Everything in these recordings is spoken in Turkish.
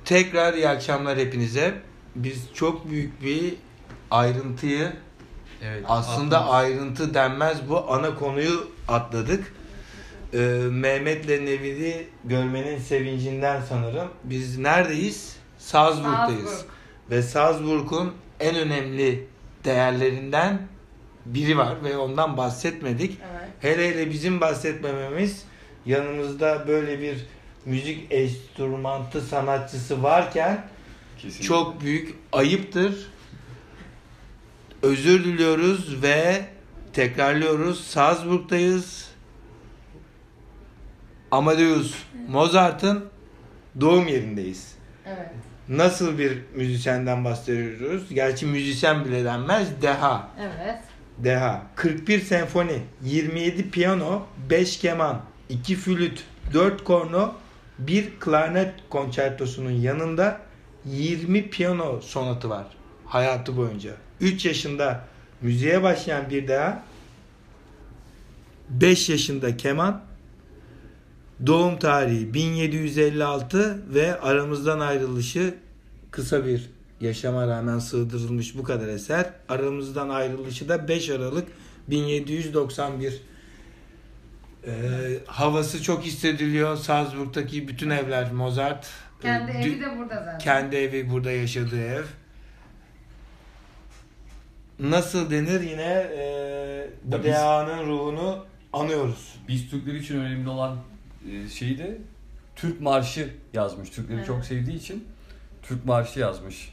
Tekrar iyi akşamlar hepinize. Biz çok büyük bir ayrıntıyı, aslında ayrıntı denmez bu, ana konuyu atladık. Mehmet'le Nevil'i görmenin sevincinden sanırım. Biz neredeyiz? Salzburg'dayız. Ve Salzburg'un en önemli değerlerinden biri var ve ondan bahsetmedik. Evet. Hele bizim bahsetmememiz, yanımızda böyle bir müzik enstrümantı sanatçısı varken kesinlikle çok büyük ayıptır. Özür diliyoruz ve tekrarlıyoruz. Salzburg'dayız. Amadeus Mozart'ın doğum yerindeyiz. Evet. Nasıl bir müzisyenden bahsediyoruz? Gerçi müzisyen bile denmez. Deha. Evet. Deha. 41 senfoni, 27 piyano, 5 keman, 2 flüt, 4 korno, 1 klarnet konçertosunun yanında 20 piyano sonatı var hayatı boyunca. 3 yaşında müziğe başlayan bir Deha, 5 yaşında keman, doğum tarihi 1756 ve aramızdan ayrılışı, kısa bir yaşama rağmen sığdırılmış bu kadar eser. Aramızdan ayrılışı da 5 Aralık 1791. Havası çok hissediliyor. Salzburg'daki bütün evler Mozart. Kendi evi de burada zaten. Kendi evi, burada yaşadığı ev. Nasıl denir, yine bu Deha'nın ruhunu anıyoruz. Biz Türkler için önemli olan şeyi de Türk Marşı yazmış. Türkleri çok sevdiği için Türk Marşı yazmış.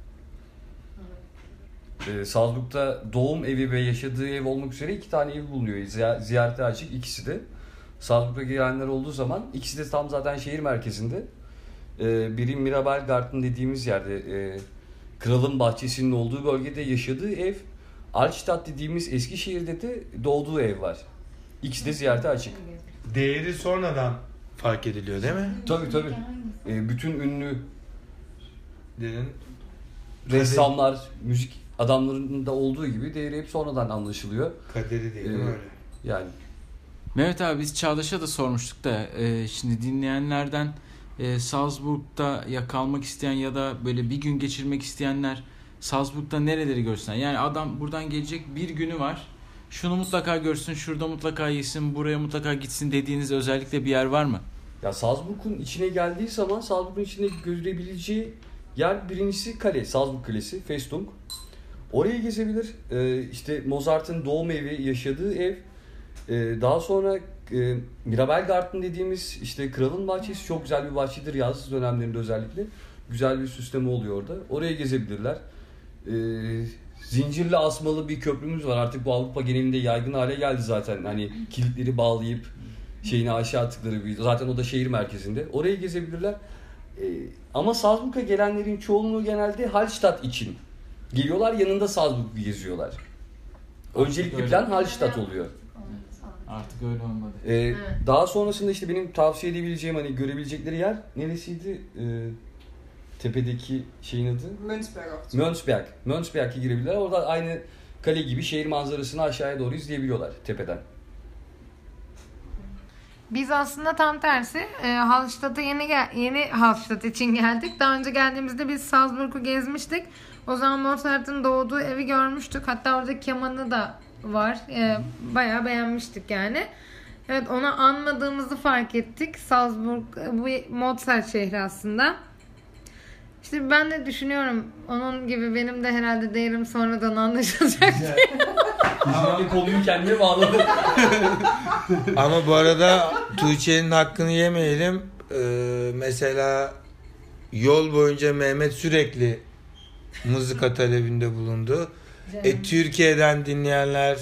Salzburg'da doğum evi ve yaşadığı ev olmak üzere 2 tane ev bulunuyor. Ziyarete açık ikisi de. Salzburg'a gelenler olduğu zaman ikisi de tam zaten şehir merkezinde. Biri Mirabelgarten dediğimiz yerde, Kralın Bahçesi'nin olduğu bölgede yaşadığı ev. Altstadt dediğimiz Eskişehir'de de doğduğu ev var. İkisi de ziyarete açık. Değeri sonradan fark ediliyor değil mi? Tabii. Bütün ünlü Derin. ressamlar, müzik adamlarının da olduğu gibi değeri hep sonradan anlaşılıyor. Kaderi değil mi öyle? Yani. Mehmet abi, biz Çağdaş'a da sormuştuk da şimdi dinleyenlerden Salzburg'da ya kalmak isteyen ya da böyle bir gün geçirmek isteyenler Salzburg'da nereleri görsün? Yani adam buradan gelecek, bir günü var. Şunu mutlaka görsün, şurada mutlaka yesin, buraya mutlaka gitsin dediğiniz özellikle bir yer var mı? Ya Salzburg'un içine geldiği zaman Salzburg'un içinde görebileceği yer birincisi kale, Salzburg Kalesi, Festung. Orayı gezebilir. İşte Mozart'ın doğum evi, yaşadığı ev. Daha sonra Mirabelgarten dediğimiz işte Kralın Bahçesi çok güzel bir bahçedir yaz dönemlerinde özellikle. Güzel bir süsleme oluyor orada. Oraya gezebilirler. Zincirli asmalı bir köprümüz var. Artık bu Avrupa genelinde yaygın hale geldi zaten. Hani kilitleri bağlayıp şeyini aşağı attıkları bir. Zaten o da şehir merkezinde. Orayı gezebilirler. Ama Salzburg'a gelenlerin çoğunluğu genelde Hallstatt için geliyorlar. Yanında Salzburg'u geziyorlar. Öncelikli plan Hallstatt oluyor. Artık öyle olmadı. Daha sonrasında işte benim tavsiye edebileceğim, hani görebilecekleri yer neresiydi? Tepedeki şeyin adı? Mönchberg. Mönchberg'e girebilirler. Orada aynı kale gibi şehir manzarasını aşağıya doğru izleyebiliyorlar tepeden. Biz aslında tam tersi Hallstatt'a yeni Hallstatt için geldik. Daha önce geldiğimizde biz Salzburg'u gezmiştik. O zaman Mozart'ın doğduğu evi görmüştük. Hatta orada kemanı da var. Bayağı beğenmiştik yani. Evet, onu anmadığımızı fark ettik. Salzburg bu Mozart şehri aslında. İşte ben de düşünüyorum, onun gibi benim de herhalde değerim sonradan anlaşılacak diye. Şimdi konuyu kendine bağladı. Ama bu arada Tuğçe'nin hakkını yemeyelim. Mesela yol boyunca Mehmet sürekli mızıka talebinde bulundu. Türkiye'den dinleyenler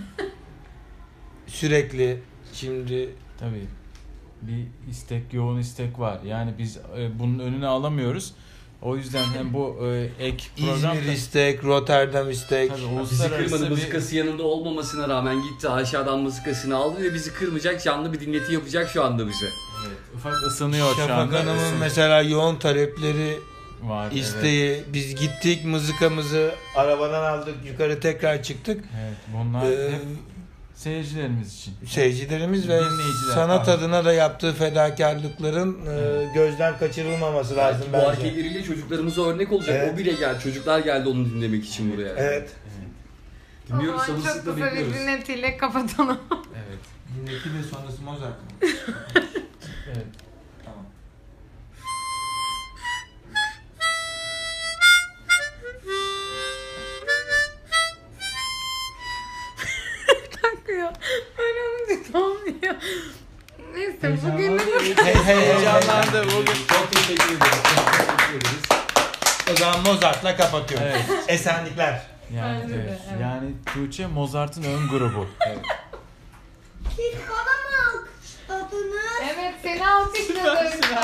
sürekli şimdi tabii bir yoğun istek var. Yani biz bunun önüne alamıyoruz. O yüzden hem bu ek program İzmir istek, Rotterdam istek. Bizi kırmadı. Mızıkası yanında olmamasına rağmen gitti aşağıdan mızıkasını aldı ve bizi kırmayacak, canlı bir dinleti yapacak şu anda bize. Evet, ufak ısınıyor şu anda. Şafak Hanım'ın mesela yoğun talepleri var, isteği. Evet. Biz gittik, mızıkamızı arabadan aldık, yukarı tekrar çıktık. Evet, bunlar hep Seyircilerimiz için. Seyircilerimiz ve Dinleyiciler, sanat pardon. adına da yaptığı fedakarlıkların gözden kaçırılmaması lazım Bu bence. hareketleriyle çocuklarımıza örnek olacak. Evet. O bile geldi. Çocuklar geldi onu dinlemek için buraya. Evet. O Dinliyoruz, zaman çok sabırsızlıkla kısa bir bekliyoruz. dinletiyle kapatalım. Evet. Dinleti ve sonrası Mozart mı? Evet. Tamam. Takıyor. Öyle olunca olmuyor. Neyse bugün de Heyecanlandı bugün. Çok teşekkür ederiz. Çok teşekkür ederiz. O zaman Mozart'la kapatıyoruz. Evet. Esenlikler. Yani, Bence de, evet. evet. Yani Tuğçe Mozart'ın ön grubu. Siz bana mı alkışladınız? Evet seni alkışladık.